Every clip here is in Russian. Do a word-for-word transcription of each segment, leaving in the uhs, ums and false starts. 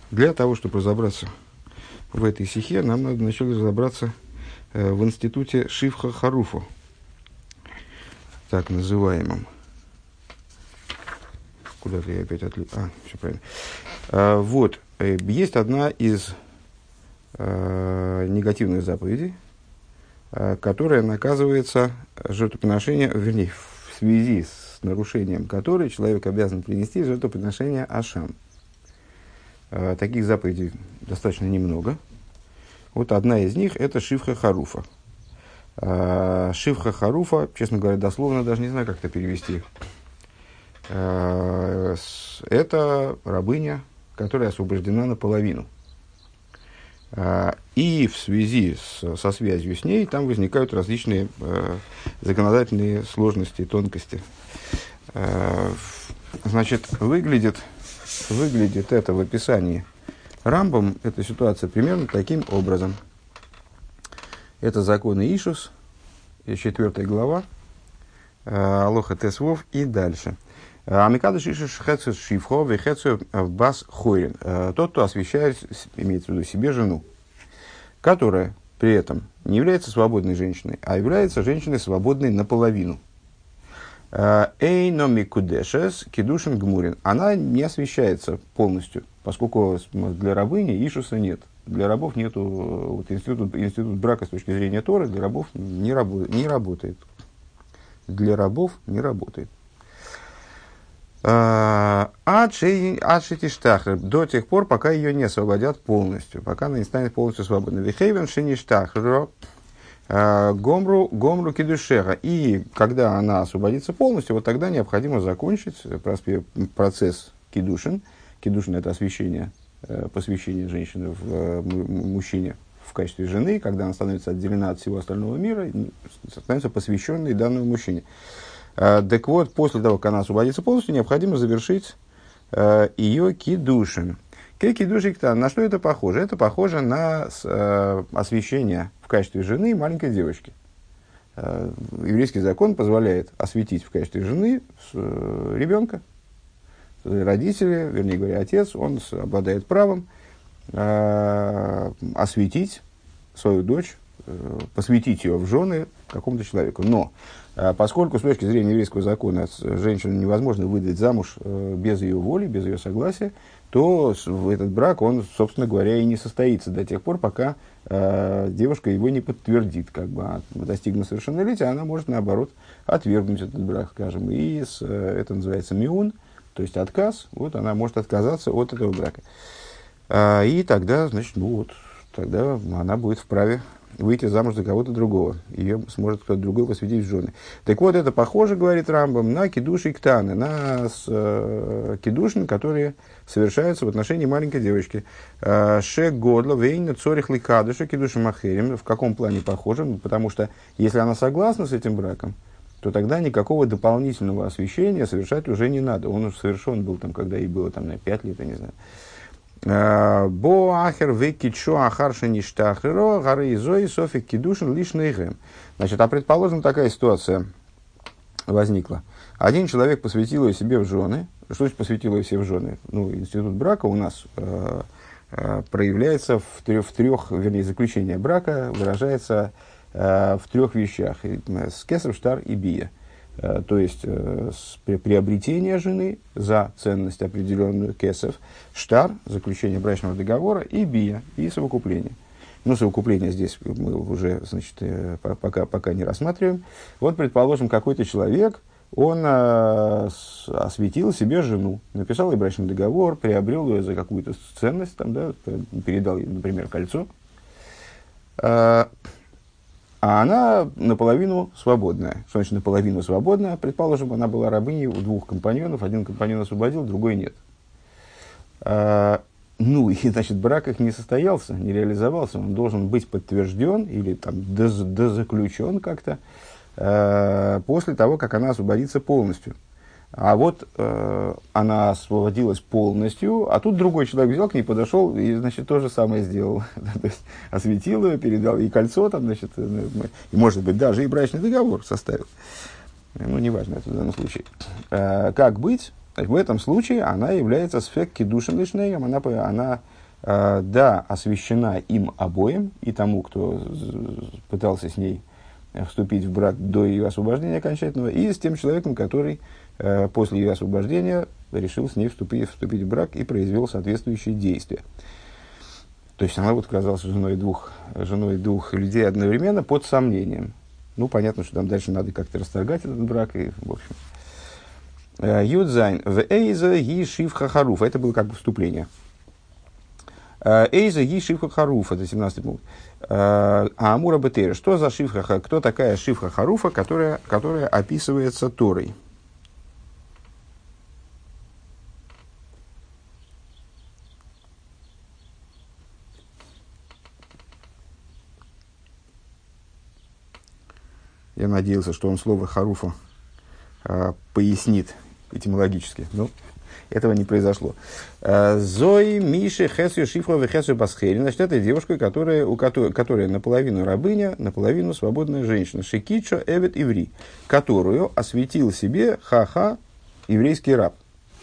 Для того, чтобы разобраться в этой сихе, нам надо вначале разобраться э, в институте Шивха Харуфу, так называемом. Куда-то я опять отлип. А, все правильно. А, вот, э, есть одна из э, негативных заповедей, э, которая наказывается жертвоприношением, вернее, в связи с нарушением которой человек обязан принести жертвоприношение Ашам. Э, таких заповедей достаточно немного. Вот одна из них – это Шивха Харуфа. Э, Шивха Харуфа, честно говоря, дословно даже не знаю, как это перевести. Э, это рабыня, которая освобождена наполовину. Э, и в связи с, со связью с ней там возникают различные э, законодательные сложности, тонкости. Э, значит, выглядит... Выглядит это в описании Рамбам, эта ситуация примерно таким образом. Это законы Ишус, четвертая глава, Алоха Тесвов и дальше. Амикадыш Ишус Хецус Шивхо Вехецу Бас Хойрин. Тот, кто освящает, имеется в виду себе жену, которая при этом не является свободной женщиной, а является женщиной свободной наполовину. Эйноми кудешес кидушин гмурин. Она не освещается полностью, поскольку для рабыни Ишуса нет. Для рабов нету, вот институт, институт брака с точки зрения Торы для рабов не, рабо, не работает. Для рабов не работает. Адшитиштахр, до тех пор, пока ее не освободят полностью, пока она не станет полностью свободной. Вихейвен шиништахр. Гомру, гомру кидушеха. И когда она освободится полностью, вот тогда необходимо закончить процесс кидушин. Кидушин – это освящение, посвящение женщины в мужчине в качестве жены, когда она становится отделена от всего остального мира, становится посвященной данному мужчине. Так вот, после того, как она освободится полностью, необходимо завершить ее кидушин. На что это похоже? Это похоже на э, освящение в качестве жены маленькой девочки. Э, еврейский закон позволяет освятить в качестве жены э, ребенка. Родители, вернее говоря, отец, он с, обладает правом э, освятить свою дочь, э, посвятить ее в жены какому-то человеку. Но э, поскольку с точки зрения еврейского закона женщину невозможно выдать замуж э, без ее воли, без ее согласия, то этот брак, он, собственно говоря, и не состоится до тех пор, пока э, девушка его не подтвердит. Как бы, достигнув совершеннолетия, она может, наоборот, отвергнуть этот брак, скажем. И с, это называется миун, то есть отказ. Вот она может отказаться от этого брака. А, и тогда, значит, ну вот, тогда она будет вправе выйти замуж за кого-то другого. Ее сможет кто-то другой посвятить в жены. Так вот, это похоже, говорит Рамбам, на кидуши и ктаны, на э, кидушин, которые совершаются в отношении маленькой девочки. Ше годло вейна цорих ликадыша кидуши махерим. В каком плане похоже? Потому что, если она согласна с этим браком, то тогда никакого дополнительного освящения совершать уже не надо. Он уже совершен был, там, когда ей было там, на пять лет, я не знаю. Бо ахер векичо ахарша ништахреро гары изои софик кидушин лишь нейгем. Значит, а предположим, такая ситуация возникла. Один человек посвятил ее себе в жены. Что значит посвятил ее себе в жены? Ну, институт брака у нас э, э, проявляется в трех, в трех, вернее, заключение брака выражается э, в трех вещах. С кесов, штар и бия. То есть, э, приобретение жены за ценность определенную кесов, штар, заключение брачного договора, и бия, и совокупление. Ну, совокупление здесь мы уже, значит, э, пока, пока не рассматриваем. Вот, предположим, какой-то человек, он э, освятил себе жену, написал ей брачный договор, приобрел ее за какую-то ценность, там, да, передал ей, например, кольцо. Э, А она наполовину свободная. Что значит наполовину свободная? Предположим, она была рабыней у двух компаньонов. Один компаньон освободил, другой нет. А, ну, и, значит, брак их не состоялся, не реализовался. Он должен быть подтвержден или там доз, дозаключен как-то а, после того, как она освободится полностью. А вот э, она освободилась полностью, а тут другой человек взял к ней, подошел и, значит, то же самое сделал. То есть, осветил ее, передал ей кольцо, там, значит, и, может быть, даже и брачный договор составил. Ну, неважно это в данном случае. Э, как быть? Значит, в этом случае она является сфек кидушин лишнеем, она, она э, да, освящена им обоим, и тому, кто пытался с ней вступить в брак до ее освобождения окончательного, и с тем человеком, который э, после ее освобождения решил с ней вступить, вступить в брак и произвел соответствующие действия. То есть она вот оказалась женой двух, женой двух людей одновременно под сомнением. Ну, понятно, что там дальше надо как-то расторгать этот брак, и, в общем. Юдзайн. В Эйза ги шивха харуф. Это было как бы вступление. Эйза ги шивха харуф. Это семнадцатый пункт. А Амура Бетейра. Что за шивха? Кто такая шивха харуфа, которая, которая описывается Торой? Я надеялся, что он слово харуфа а, пояснит этимологически. Но этого не произошло. Зои Миши Хесю Шифрова Хесю Басхери. Значит, это девушка, которая, у которой, которая наполовину рабыня, наполовину свободная женщина. Шикичо Эвет Иври, которую осветил себе ха-ха, еврейский раб.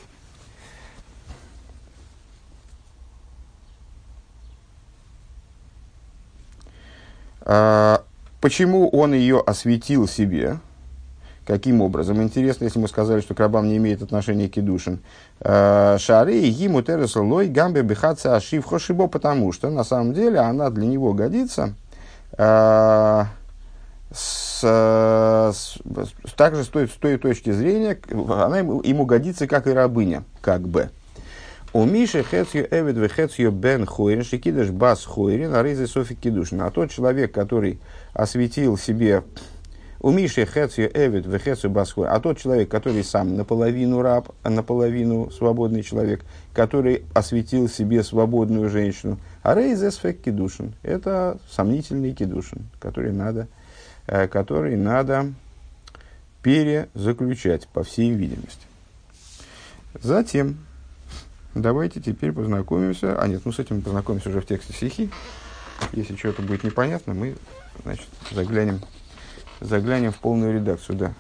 А, почему он ее осветил себе? Каким образом? Интересно, если мы сказали, что к рабам не имеет отношения к кидушин. Шары ему тересолой гамбе бихаца ашив хошибо, потому что на самом деле она для него годится э, с, с, также с той, с той точки зрения, она ему, ему годится как и рабыня, как бы. У Миши хецью эвид вехецью бен хойрин шикидыш бас хойрин аризы софи кидушин. А тот человек, который осветил себе у Миши хецью эвид вехецью бас хойрин, а тот человек, который сам наполовину раб, а наполовину свободный человек, который осветил себе свободную женщину, аризы софи кидушин. Это сомнительный кидушин, который надо, который надо перезаключать, по всей видимости. Затем давайте теперь познакомимся. А нет, ну с этим мы познакомимся уже в тексте сихи. Если что-то будет непонятно, мы, значит, заглянем, заглянем в полную редакцию, да.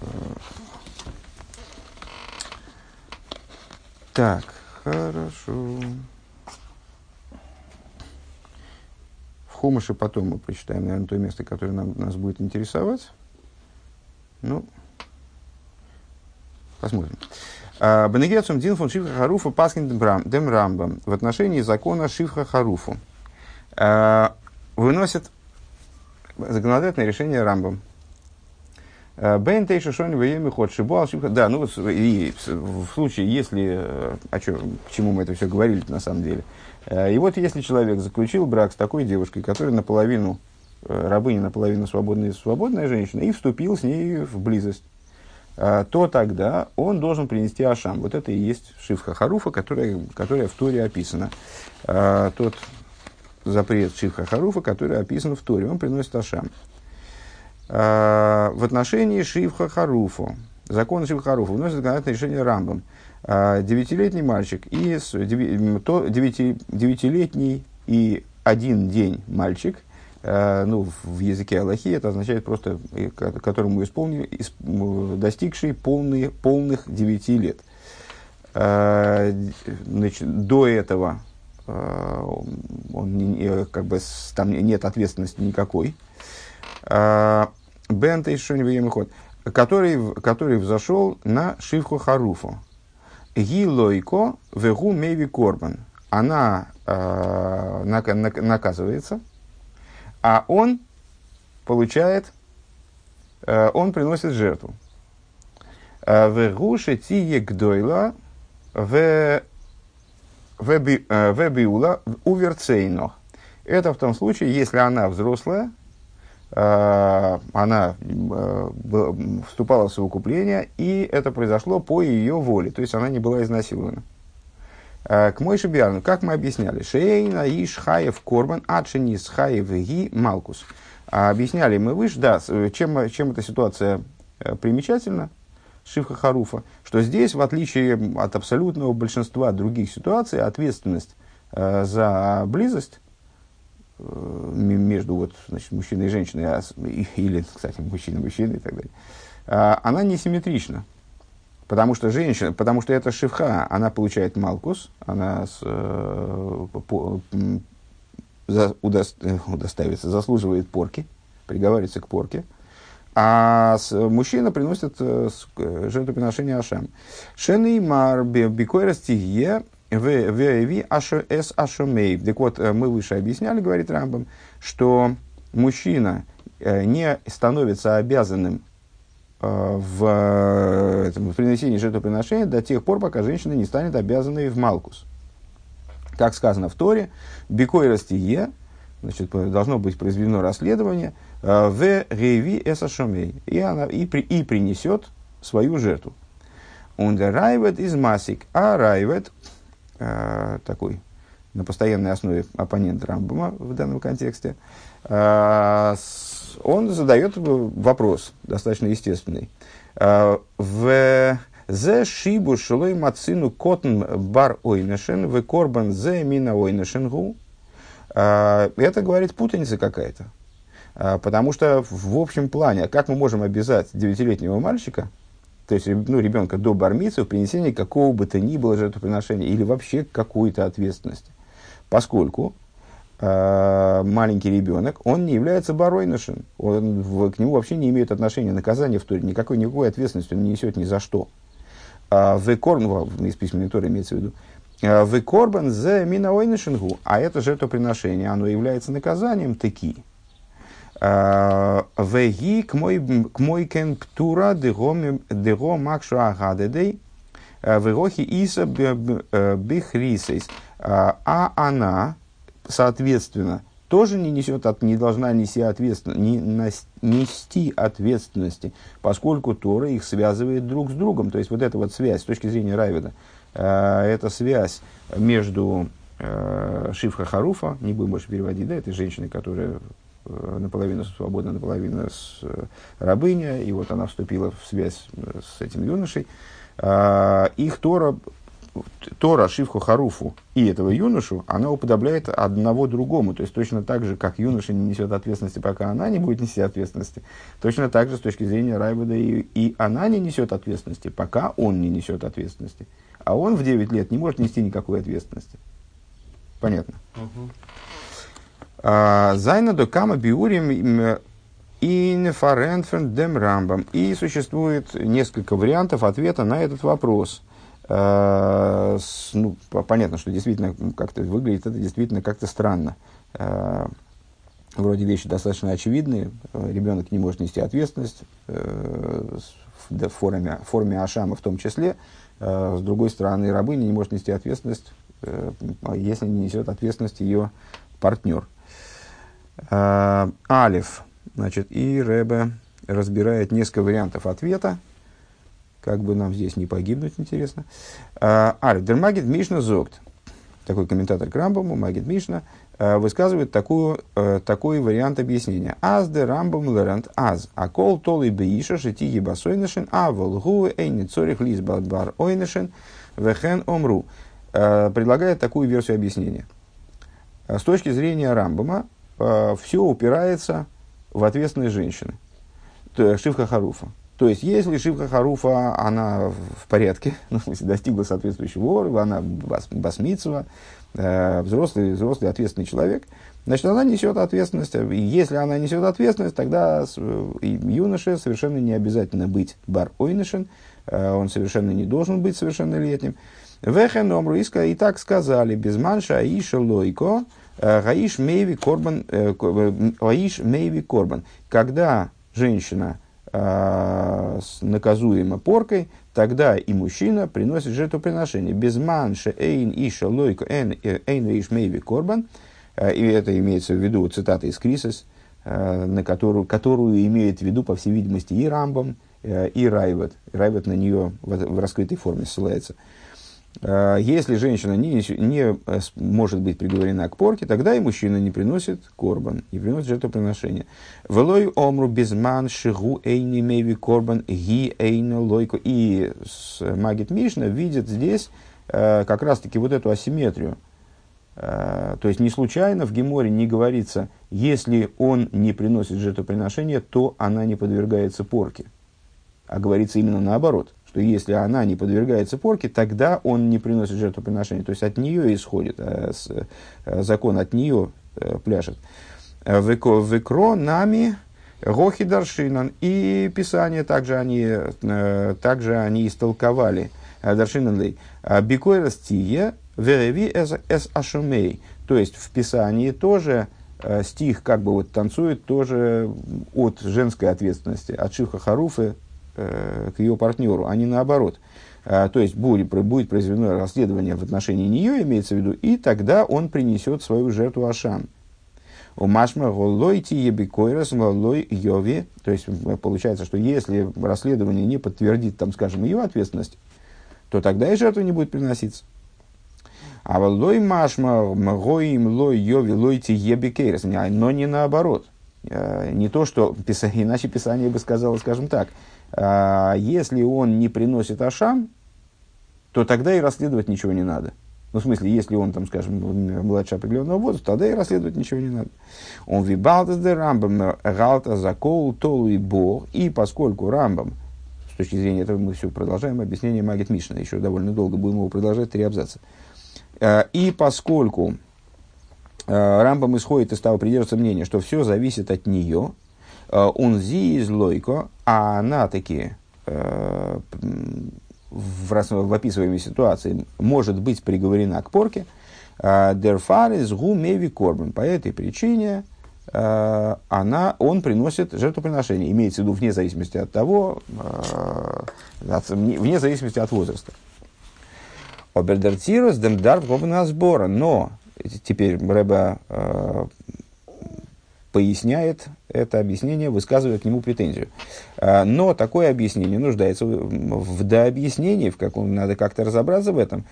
Так, хорошо. В Хумаше потом мы прочитаем, наверное, то место, которое нам, нас будет интересовать. Ну, посмотрим. Бенегецум дин фон шифха харуфа паскин дем рамбам. В отношении закона шифха харуфу выносит законодательное решение рамбам. Бен тейша шони вееми ход шибуал шифха. Да, ну вот и в случае, если, а чё, к чему мы это все говорили на самом деле. И вот если человек заключил брак с такой девушкой, которая наполовину рабыня, наполовину свободная, свободная женщина, и вступил с ней в близость, то тогда он должен принести ашам. Вот это и есть шифха харуфа, которая, которая в Торе описана. А, тот запрет шифха харуфа, который описан в Торе, он приносит ашам. А, в отношении шифха харуфа, закон шифха харуфа, выносит законодательное решение рамбам. А, девятилетний мальчик и то, девяти, девятилетний и один день мальчик, ну, в языке аллахи это означает просто, которому исполнил, достигший полные, полных девяти лет. Значит, до этого он не, как бы, там нет ответственности никакой. Бен Тейшон ход, который, который взошел на шивху харуфу. Гилойко вегу меви корбан. Она наказывается, а он получает, э, он приносит жертву. В гуше тие гдойла в биула уверцейно. Это в том случае, если она взрослая, э, она э, вступала в совокупление, и это произошло по ее воле, то есть она не была изнасилована. К Мойше Биарну, как мы объясняли, Шейна иш хаев корбан, адшенис хаев ги малкус. Объясняли мы выше, да, чем, чем эта ситуация примечательна, шифха харуфа, что здесь, в отличие от абсолютного большинства других ситуаций, ответственность э, за близость э, между вот, значит, мужчиной и женщиной, или, кстати, мужчиной и мужчиной и так далее, э, она несимметрична. Потому что женщина, потому что эта шивха, она получает малкус, она с, э, по, за, удо, удостаивается, заслуживает порки, приговаривается к порке, а с, мужчина приносит э, жертвоприношение Ашем. Шенеймар бикойрас тигье веви эс ашомей. Так вот, мы выше объясняли, говорит Рамбам, что мужчина не становится обязанным в, в принесении жертвоприношения до тех пор, пока женщина не станет обязанной в малкус. Как сказано в Торе, бикойрас тигье, значит, должно быть произведено расследование, в реви эсашомей, и она и, при, и принесет свою жертву. Und райвет из масик, а райвет, э, такой на постоянной основе оппонент Рамбама в данном контексте, э, с, он задает вопрос, достаточно естественный. Э, в зе шибу шелой мацину котн бар ойнешен, в корбан зе мина ойнешен гу. Это, говорит, путаница какая-то. Потому что в общем плане, как мы можем обязать девятилетнего мальчика, то есть ну, ребенка до бар-мицвы, в принесении какого бы то ни было жертвоприношения или вообще какой-то ответственности? Поскольку э, маленький ребенок, он не является баройнышем, он, в, к нему вообще не имеет отношения наказания в Торе, никакой, никакой ответственности он не несет ни за что. А в корн, ну, из письменной Торы имеется в виду, в корбан зе мина ойнышенгу, а это жертвоприношение, оно является наказанием таки. Веги к мой кен птура дего макшу агадедей вегохи иса бихрисейс. А она, соответственно, тоже не, несет, не должна нести, ответственно, не, нести ответственности, поскольку Тора их связывает друг с другом. То есть вот эта вот связь с точки зрения Райведа, это связь между Шивха Харуфа, не будем больше переводить, да, этой женщиной, которая наполовину свободна, наполовину с рабыня, и вот она вступила в связь с этим юношей. Их Тора, Тора Шивху Харуфу и этого юношу, она уподобляет одного другому. То есть точно так же, как юноша не несет ответственности, пока она не будет нести ответственности, точно так же с точки зрения Райведа и, и она не несет ответственности, пока он не несет ответственности. А он в девять лет не может нести никакой ответственности. Понятно? Зайна до кама биурим инфарентфен дем рамбам. И существует несколько вариантов ответа на этот вопрос. Uh, с, ну, понятно, что действительно как-то выглядит это действительно как-то странно. Uh, вроде вещи достаточно очевидные. Uh, ребенок не может нести ответственность uh, в, в, форме, в форме ашама в том числе. Uh, с другой стороны, рабыня не может нести ответственность, uh, если не несет ответственность ее партнер. Uh, Алиф. Значит, и Ребе разбирает несколько вариантов ответа. Как бы нам здесь не погибнуть, интересно. Аль, дер Магид Мишна зогт. Такой комментатор к Рамбаму, Магид Мишна, высказывает такую, такой вариант объяснения. Аз де Рамбам лерант аз. А кол толы бейша шити ебасойнешен, а волгу эйни цорих лиз бар ойнешен, вехен омру. Предлагает такую версию объяснения. С точки зрения Рамбама, все упирается в ответственность женщины. Шивха Харуфа. То есть, если Шивха Харуфа, она в порядке, ну, достигла соответствующего уровня, она бас, басмитсова, э, взрослый, взрослый ответственный человек, значит, она несет ответственность. И если она несет ответственность, тогда юноше совершенно не обязательно быть бар-ойнышен, э, он совершенно не должен быть совершеннолетним. Вехен омруиска, и так сказали, без манша аиша лойко, гаиш мейви корбан, гаиш мейви корбан. Когда женщина наказуема поркой, тогда и мужчина приносит жертвоприношение. Без манша эйн иша лойко эйн иш мейви корбан. И это имеется в виду цитата из Крисис, на которую, которую имеет в виду, по всей видимости, и Рамбам, и Райвет. Райвет на нее в, в раскрытой форме ссылается. Если женщина не, не может быть приговорена к порке, тогда и мужчина не приносит корбан, не приносит жертвоприношение. Велой омру безман шигу эйни мейви корбан ги эйно лойко. И Магид Мишна видит здесь как раз-таки вот эту асимметрию. То есть не случайно в Геморе не говорится, если он не приносит жертвоприношение, то она не подвергается порке. А говорится именно наоборот, что если она не подвергается порке, тогда он не приносит жертвоприношения. То есть от нее исходит, э, с, э, закон от нее э, пляшет. Векро нами гохи даршинан. И Писание также они, э, также они истолковали даршинан лей. Бикой растие вереви эс ашумей. То есть в Писании тоже э, стих как бы вот танцует тоже от женской ответственности, от шивха харуфы э, к ее партнеру, а не наоборот. Э, то есть будет, будет произведено расследование в отношении нее, имеется в виду, и тогда он принесет свою жертву Ашам. У Машма голойти ебикойрас голой йови. То есть получается, что если расследование не подтвердит, там, скажем, ее ответственность, то тогда и жертва не будет приноситься. А лой машма гоим лой йови лойти ебикейрас. Но не наоборот. Не то, что писание, иначе Писание бы сказало, скажем так, если он не приносит Ашам, то тогда и расследовать ничего не надо. Ну, в смысле, если он, там, скажем, младше определенного возраста, тогда и расследовать ничего не надо. Он вибалтас де рамбам галта закол толу и бог. И поскольку Рамбам, с точки зрения этого мы все продолжаем объяснение Магит Мишна, еще довольно долго будем его продолжать, три абзаца. И поскольку Рамбам исходит из того, придерживается мнения, что все зависит от нее, он зи из лойко, а она таки в, в описываемой ситуации может быть приговорена к порке, дерфарис гу меви корбан. По этой причине она, он приносит жертвоприношение. Имеется в виду вне зависимости от того, от, вне зависимости от возраста. Обердертирус демдар гобна сбора. Но теперь Рэбе э, поясняет это объяснение, высказывая к нему претензию. Э, но такое объяснение нуждается в, в дообъяснении, в каком надо как-то разобраться в этом.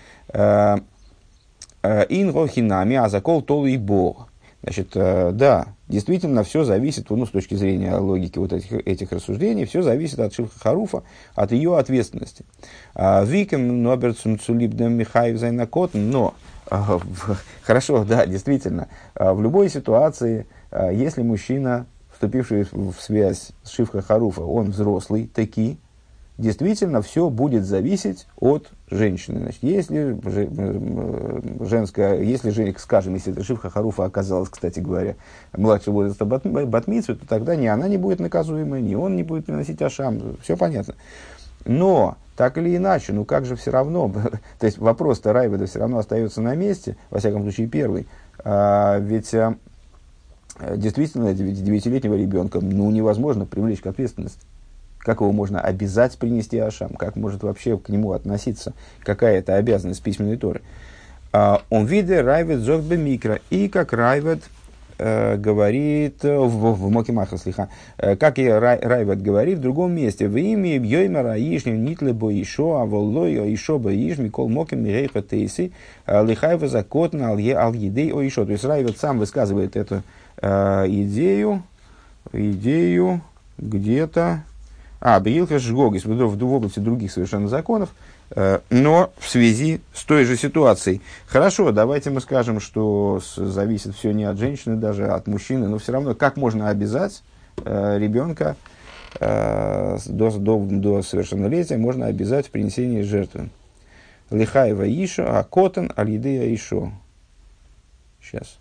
Инрохинами азакол толу и бог. Значит, э, да, действительно, все зависит, ну, с точки зрения логики вот этих, этих рассуждений, все зависит от Шивха Харуфа, от ее ответственности. Викем ноберцум цулибдем Михаев зайнакотн, но, э, в, хорошо, да, действительно, э, в любой ситуации, э, если мужчина, вступивший в связь с Шивха Харуфа, он взрослый, таки, действительно, все будет зависеть от женщины. Значит, если женская, если, скажем, если это Шивха Харуфа оказалась, кстати говоря, младшего возраста бат-мицвы, то тогда ни она не будет наказуемой, ни он не будет приносить Ашам. Все понятно. Но, так или иначе, ну как же все равно, то есть вопрос-то Райведа все равно остается на месте, во всяком случае первый, а, ведь а, действительно девятилетнего ребенка ну, невозможно привлечь к ответственности. Как его можно обязать принести Ашам? Как может вообще к нему относиться? Какая это обязанность письменной Торы? Он виде Райвед зогбе микро. И как Райвед э, говорит в, в Мокимаха слиха, э, как и Рай, Райвед говорит в другом месте. В имя Бьойма Раишни Нитле Боишо, а воллой Оишо Боиш, Микол Моким Мирейха Тейси, Лихайва Закотна Аль-Едей Оишо. То есть Райвед сам высказывает эту э, идею, идею где-то. А, Беилха Жгогис, в области других совершенно законов, э, но в связи с той же ситуацией. Хорошо, давайте мы скажем, что с, зависит все не от женщины, даже от мужчины, но все равно, как можно обязать э, ребенка э, до, до, до совершеннолетия, можно обязать в принесении жертвы. Лихаева Ишо, а Котан, Аль-Едея Ишо. Сейчас.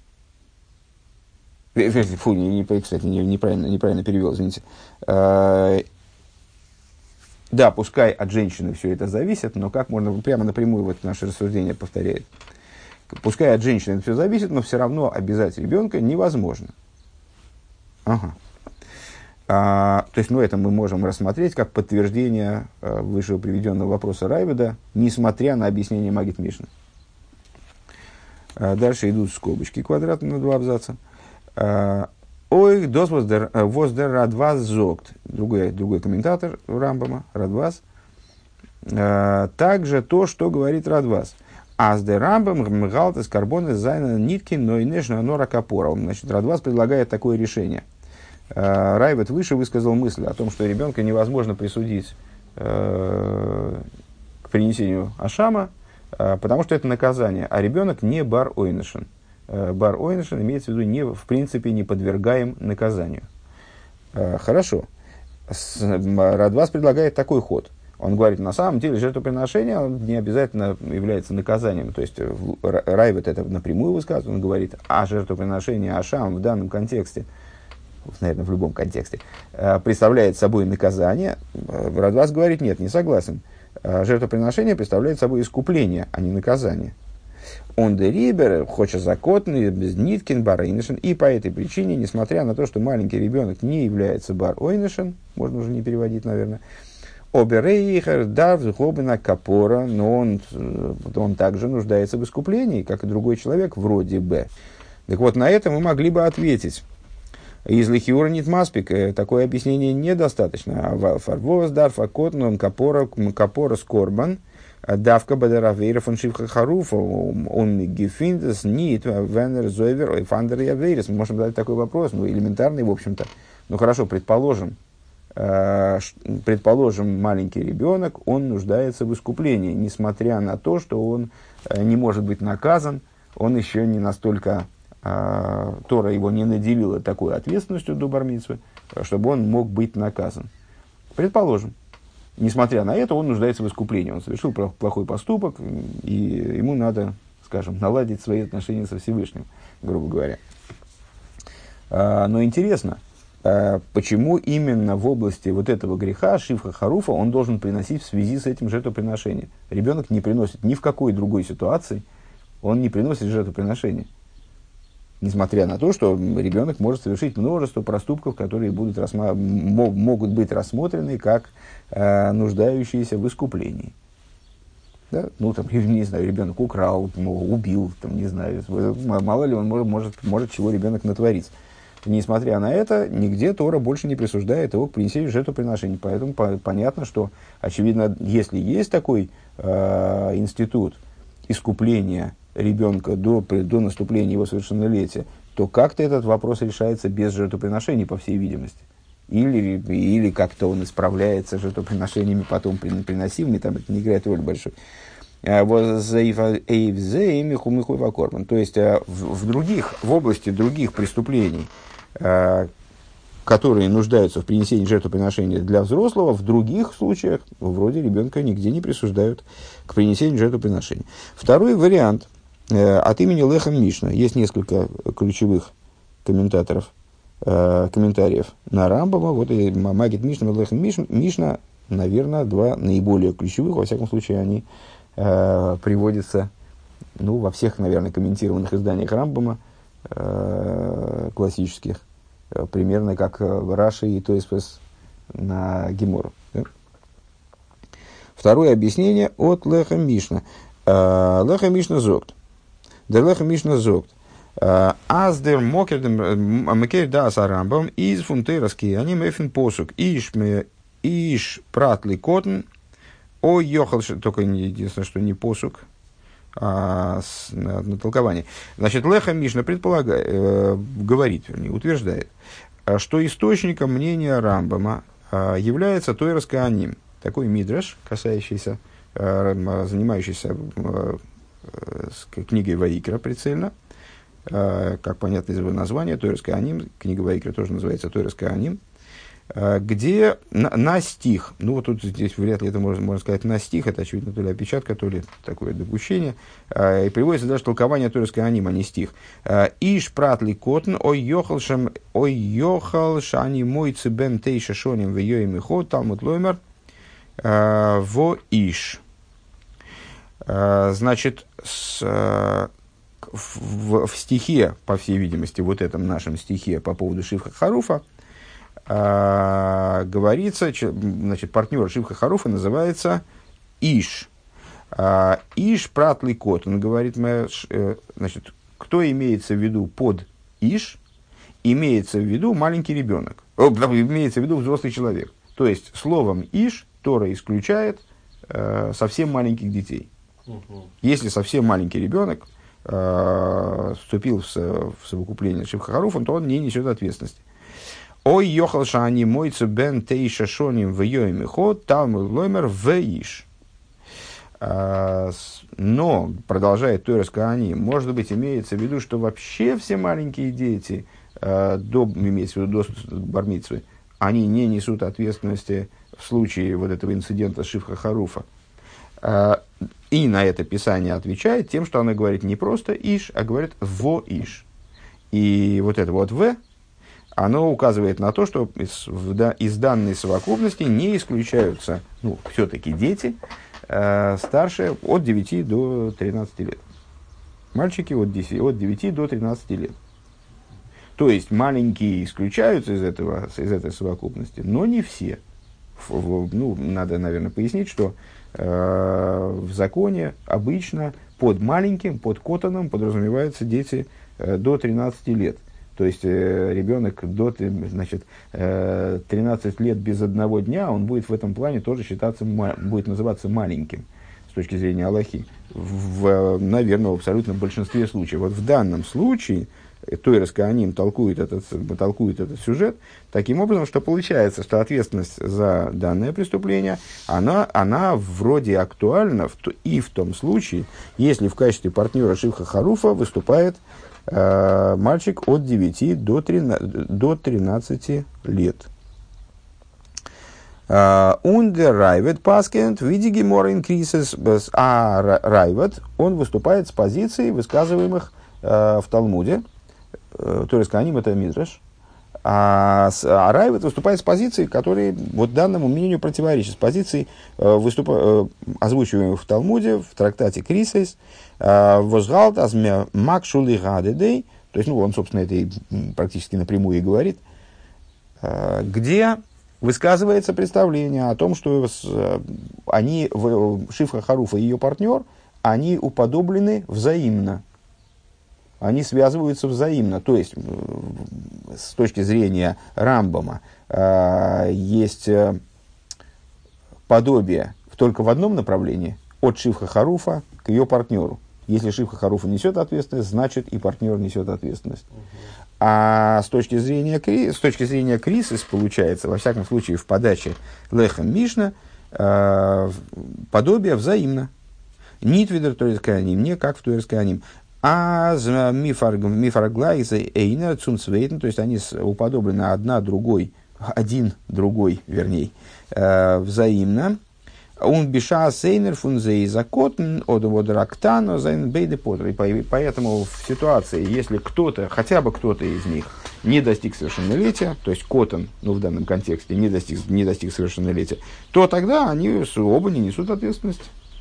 Фу, не, не, кстати, не, неправильно, неправильно перевел, извините. Да, пускай от женщины все это зависит, но как можно, прямо напрямую вот наше рассуждение повторяет. Пускай от женщины это все зависит, но все равно обязать ребенка невозможно. Ага. А, то есть, ну, это мы можем рассмотреть как подтверждение а, вышего приведенного вопроса Райведа, несмотря на объяснение Магит Мишны. А, дальше идут скобочки квадратные на два абзаца. А, Ой, дос воздер Радваз зогт. Другой, другой комментатор Рамбама, Радваз. А, также то, что говорит Радваз. Аздер Рамбам мгалтес карбоны зайна нитки, но и нежно нора капора. Значит, Радваз предлагает такое решение. А, Райвед выше высказал мысль о том, что ребенка невозможно присудить э, к принесению ашама, э, потому что это наказание, а ребенок не бар ойнешен. Бар ойнешен имеется в виду, не, в принципе, не подвергаем наказанию. Хорошо. Радваз предлагает такой ход. Он говорит, на самом деле жертвоприношение не обязательно является наказанием. То есть Райвет это напрямую высказывает, он говорит, а жертвоприношение Ашам в данном контексте, наверное, в любом контексте, представляет собой наказание. Радвас говорит, нет, не согласен. Жертвоприношение представляет собой искупление, а не наказание. Он де рибер, хочет закотный, без ниткин, бар ойнешен. И по этой причине, несмотря на то, что маленький ребенок не является бар ойнешен, можно уже не переводить, наверное, оберейхер, дав, зухобина, капора, но он, он также нуждается в искуплении, как и другой человек, вроде бы. Так вот, на это мы могли бы ответить. Из лихиура нит маспик, такое объяснение недостаточно. Фарвоз, дарфа, котнон, капора, капора, скорбан, давка, бадаравейра, фаншивха, харуфа, он гефиндес, нит, венер, зойвер, фандер, явейрес. Мы можем задать такой вопрос, ну, элементарный, в общем-то. Ну, хорошо, предположим, предположим, маленький ребенок, он нуждается в искуплении, несмотря на то, что он не может быть наказан, он еще не настолько, Тора его не наделила такой ответственностью до бар мицвы, чтобы он мог быть наказан. Предположим, несмотря на это, он нуждается в искуплении, он совершил плохой поступок, и ему надо, скажем, наладить свои отношения со Всевышним, грубо говоря. Но интересно, почему именно в области вот этого греха, шивха харуфа, он должен приносить в связи с этим жертвоприношение? Ребенок не приносит ни в какой другой ситуации, он не приносит жертвоприношение. Несмотря на то, что ребенок может совершить множество проступков, которые будут рассма- могут быть рассмотрены как э, нуждающиеся в искуплении. Да? Ну, там, не знаю, ребенок украл, убил, там, не знаю, мало ли он может, может, может чего ребенок натворить. Несмотря на это, нигде Тора больше не присуждает его к принесению жертвоприношений. Поэтому по- понятно, что, очевидно, если есть такой э, институт искупления ребенка до, до наступления его совершеннолетия, то как-то этот вопрос решается без жертвоприношений, по всей видимости. Или, или как-то он исправляется жертвоприношениями потом приносимыми, там это не играет роль большой. То есть в, в других, в области других преступлений, которые нуждаются в принесении жертвоприношения для взрослого, в других случаях, вроде ребенка, нигде не присуждают к принесению жертвоприношения. Второй вариант от имени Лехем Мишна. Есть несколько ключевых комментаторов, комментариев на Рамбама. Вот и Магид Мишна, Лехем Мишна, наверное, два наиболее ключевых. Во всяком случае, они приводятся, ну, во всех, наверное, комментированных изданиях Рамбама, классических, примерно как Раши и Тойсфес на Гемору. Да? Второе объяснение от Леха Мишна. Леха Мишна зогт. Der Леха Мишна зогт. Аз дер мокер мекер дас Рамбам из фунтейраски они мефин посук. Иш иш пратли котн. О йохал, только единственное, что не посук, а с, на, на толкование. Значит, Леха Мишна предполагает, э, говорит, вернее, утверждает, что источником мнения Рамбама э, является Тойрас Кааним, такой мидраш, касающийся, э, занимающийся э, с книгой Ваикра прицельно, э, как понятно из его названия, Тойрас Кааним, книга Ваикра тоже называется Тойрас Кааним, где на, на стих, ну вот тут здесь вряд ли это можно, можно сказать на стих, это очевидно то ли опечатка, то ли такое допущение, и приводится даже толкование Тойрас Кааним, а не стих. Иш пратли котн, ой йохал шам, ой йохал шани мойцы бен тейша шоним в йоим ихот, талмуд лоймер, во иш. Значит, с, в, в стихе, по всей видимости, вот этом нашем стихе по поводу Шивха Харуфа, Uh, говорится, значит, партнер Шивха Харуфа называется Иш. Uh, Иш пратлый кот. Он говорит, значит, кто имеется в виду под Иш, имеется в виду маленький ребенок. О, имеется в виду взрослый человек. То есть, словом Иш Тора исключает uh, совсем маленьких детей. Uh-huh. Если совсем маленький ребенок uh, вступил в, в совокупление Шивха Харуфа, то он не несет ответственности. Ой, йохал шани мойцу бен тейша шоним в йоим ход, талмуд лоймер веиш. Но, продолжает Тойрас Кааним, может быть, имеется в виду, что вообще все маленькие дети, до, имеется в виду до бар мицвы, они не несут ответственности в случае вот этого инцидента Шивха Харуфа. И на это Писание отвечает тем, что оно говорит не просто «иш», а говорит «во иш». И вот это вот «в», оно указывает на то, что из, из данной совокупности не исключаются, ну, все-таки дети, э, старше от девяти до тринадцати лет. Мальчики от, десяти, от девяти до тринадцати лет. То есть, маленькие исключаются из, этого, из этой совокупности, но не все. Ну, надо, наверное, пояснить, что э, в законе обычно под маленьким, под котаном подразумеваются дети э, до тринадцати лет. То есть, э, ребенок до, значит, э, тринадцати лет без одного дня, он будет в этом плане тоже считаться, будет называться маленьким с точки зрения Аллахи. В, наверное, в абсолютном большинстве случаев. Вот в данном случае Тойрес Коаним толкует этот, толкует этот сюжет таким образом, что получается, что ответственность за данное преступление, она, она вроде актуальна в, и в том случае, если в качестве партнера Шивха Харуфа выступает э, мальчик от девяти до тринадцати лет. Ундер Райвет Паскент, видиги мор инкрисес, а Райвет, он выступает с позицией, высказываемых э, в Талмуде. Тойрес Коаним — это Мидраш, а, а Райвет выступает с позицией, которые вот данному мнению противоречат, с позицией, э, выступа, э, озвучиваемой в Талмуде, в трактате Крисейс, «Возгалт азме макшули гадедей», то есть, ну, он, собственно, это и практически напрямую и говорит, э, где высказывается представление о том, что с, э, они, Шивха Харуфа и ее партнер, они уподоблены взаимно. Они связываются взаимно. То есть, с точки зрения Рамбама, э, есть подобие только в одном направлении, от Шивха Харуфа к ее партнеру. Если Шивха Харуфа несет ответственность, значит и партнер несет ответственность. А с точки зрения, с точки зрения Крисис, получается, во всяком случае, в подаче Лехем Мишна, э, подобие взаимно. Нитвидер Тойрес Коаним, не как в Тойрес Коаним. А мифарглайза эйнер цунцвейтен, то есть они уподоблены одна другой, один другой, вернее, э, взаимно. Он биша сейнер фунзей закотен одоводрактано зайн бейде потер. И поэтому в ситуации, если кто-то, хотя бы кто-то из них не достиг совершеннолетия, то есть котен, ну в данном контексте не достиг, не достиг совершеннолетия, то тогда они оба не несут ответственность.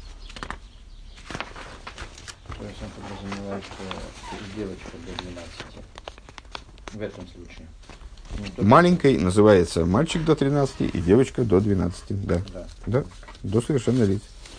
То есть он подразумевает, что девочка до двенадцати в этом случае. Маленькой называется мальчик до тринадцати и девочка до двенадцати. Да. Да. Да. До совершеннолетия.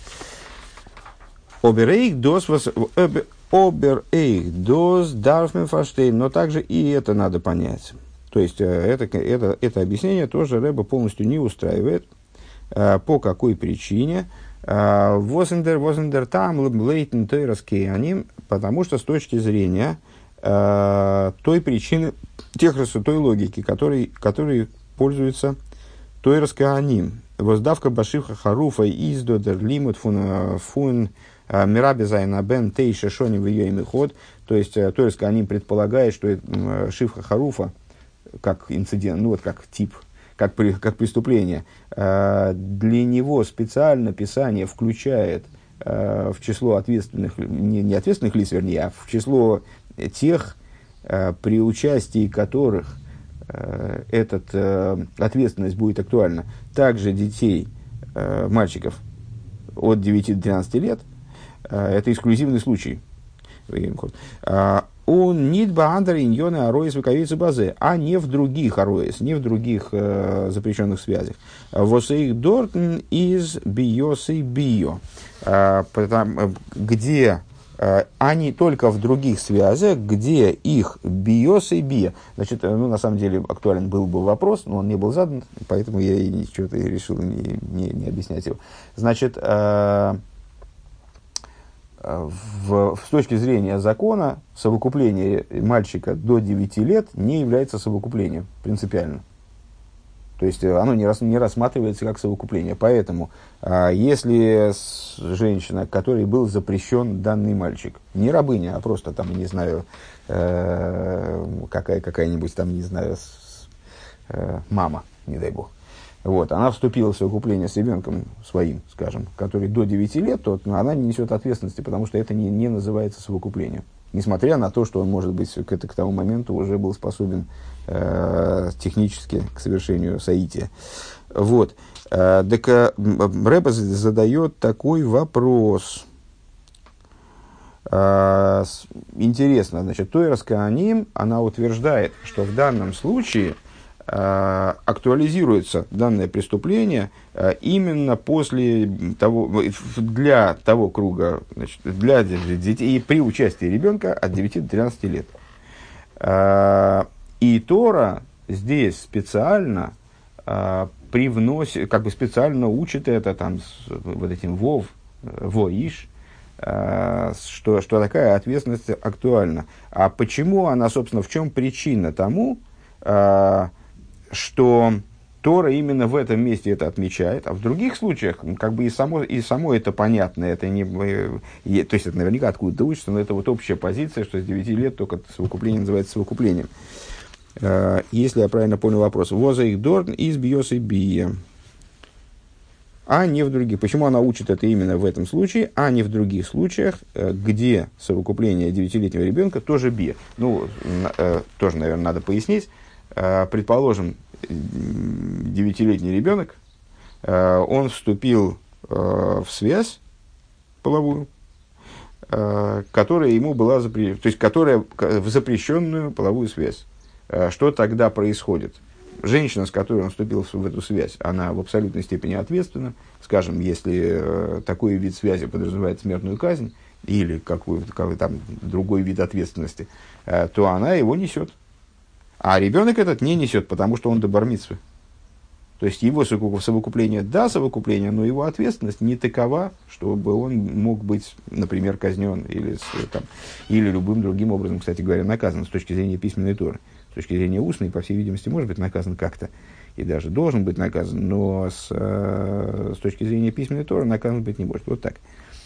Оберейх дос вас оберейх дос дарфмен фаштейн, но также и это надо понять. То есть это, это, это объяснение тоже Ребе полностью не устраивает. По какой причине? Возендер, возендер там, лейтен тойрес коаним, потому что с точки зрения э, той причины, тех, той логики, которой, которой пользуется тойрес коаним. Воздавка башивха харуфа издодер лимут фун фун мирабе зайна бен тейша шони в ее имя ход. То есть тойрес коаним предполагает, что шивха харуфа, как инцидент, ну вот как тип, Как, при, как преступление, э, для него специально Писание включает э, в число ответственных, не, не ответственных лиц, вернее, а в число тех, э, при участии которых э, эта э, ответственность будет актуальна, также детей, э, мальчиков от девяти до тринадцати лет. Э, это эксклюзивный случай. Он нит баандер иньоны ароис выковицы базе, а не в других ароис, не в других э, запрещенных связях. Восейх дортн из биосы био, где э, они только в других связях, где их биосы био. Значит, ну, на самом деле актуален был бы вопрос, но он не был задан, поэтому я и ничего решил не, не, не объяснять его. Значит, э, В, с точки зрения закона, совокупление мальчика до девяти лет не является совокуплением принципиально. То есть оно не, рас, не рассматривается как совокупление. Поэтому, а, если женщина, которой был запрещен данный мальчик, не рабыня, а просто там, не знаю, э, какая, какая-нибудь там, не знаю, с, э, мама, не дай бог, вот, она вступила в совокупление с ребенком своим, скажем, который до девяти лет, то она не несет ответственности, потому что это не, не называется совокуплением. Несмотря на то, что он, может быть, к, к тому моменту уже был способен э, технически к совершению соития. Вот. Э, так э, Рэбе задает такой вопрос. Э, интересно, значит, Тойрас Кааним, она утверждает, что в данном случае актуализируется данное преступление именно после того, для того круга, значит, для детей, и при участии ребенка от девяти до тринадцати лет. И Тора здесь специально привносит, как бы специально учит это там, с вот этим вов, воиш, что, что такая ответственность актуальна. А почему она, собственно, в чем причина тому, что Тора именно в этом месте это отмечает, а в других случаях, как бы и само, и само это понятно, это не, и, то есть это наверняка откуда-то учится, но это вот общая позиция, что с девяти лет только совокупление называется совокуплением. Uh, если я правильно понял вопрос. Воза их дорн из биосы бия. А не в других. Почему она учит это именно в этом случае, а не в других случаях, где совокупление девятилетнего ребенка тоже бия. Ну, uh, тоже, наверное, надо пояснить. Uh, предположим, девятилетний ребенок, uh, он вступил uh, в связь половую, uh, которая ему была запрещена, то есть которая в запрещенную половую связь. Uh, что тогда происходит? Женщина, с которой он вступил в, в эту связь, она в абсолютной степени ответственна. Скажем, если uh, такой вид связи подразумевает смертную казнь или какой-то какой там другой вид ответственности, uh, то она его несет. А ребенок этот не несет, потому что он до бар-мицвы. То есть его совокупление, да, совокупление, но его ответственность не такова, чтобы он мог быть, например, казнен или, там, или любым другим образом, кстати говоря, наказан с точки зрения письменной Торы. С точки зрения устной, по всей видимости, может быть наказан как-то, и даже должен быть наказан, но с, с точки зрения письменной Торы наказан быть не может. Вот так.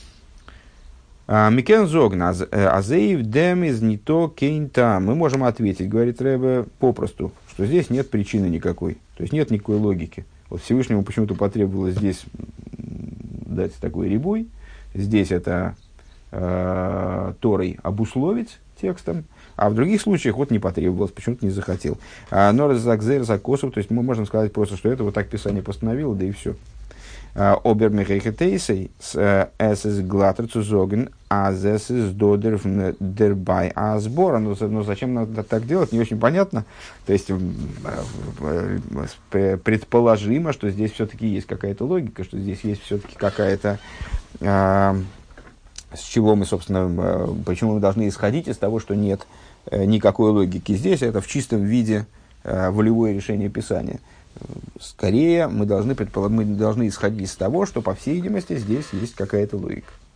Микен зогна, азеев дем из не то кейнта. Мы можем ответить, говорит Ребе, попросту, что здесь нет причины никакой. То есть нет никакой логики. Вот Всевышнему почему-то потребовалось здесь дать такой ребой. Здесь это э, Торой обусловить текстом. А в других случаях вот не потребовалось, почему-то не захотел. Но разакзер закосов, то есть мы можем сказать просто, что это вот так Писание постановило, да и все. Обермехейхетейсей с эсэс глаттер zu sagen, аз эсэс додер дербай а сбора. Но зачем надо так делать, не очень понятно. То есть предположимо, что здесь все-таки есть какая-то логика, что здесь есть все-таки какая-то... С чего мы, собственно, почему мы должны исходить из того, что нет никакой логики. Здесь это в чистом виде волевое решение Писания. Скорее, мы должны, предполаг... мы должны исходить из того, что, по всей видимости, здесь есть какая-то логика.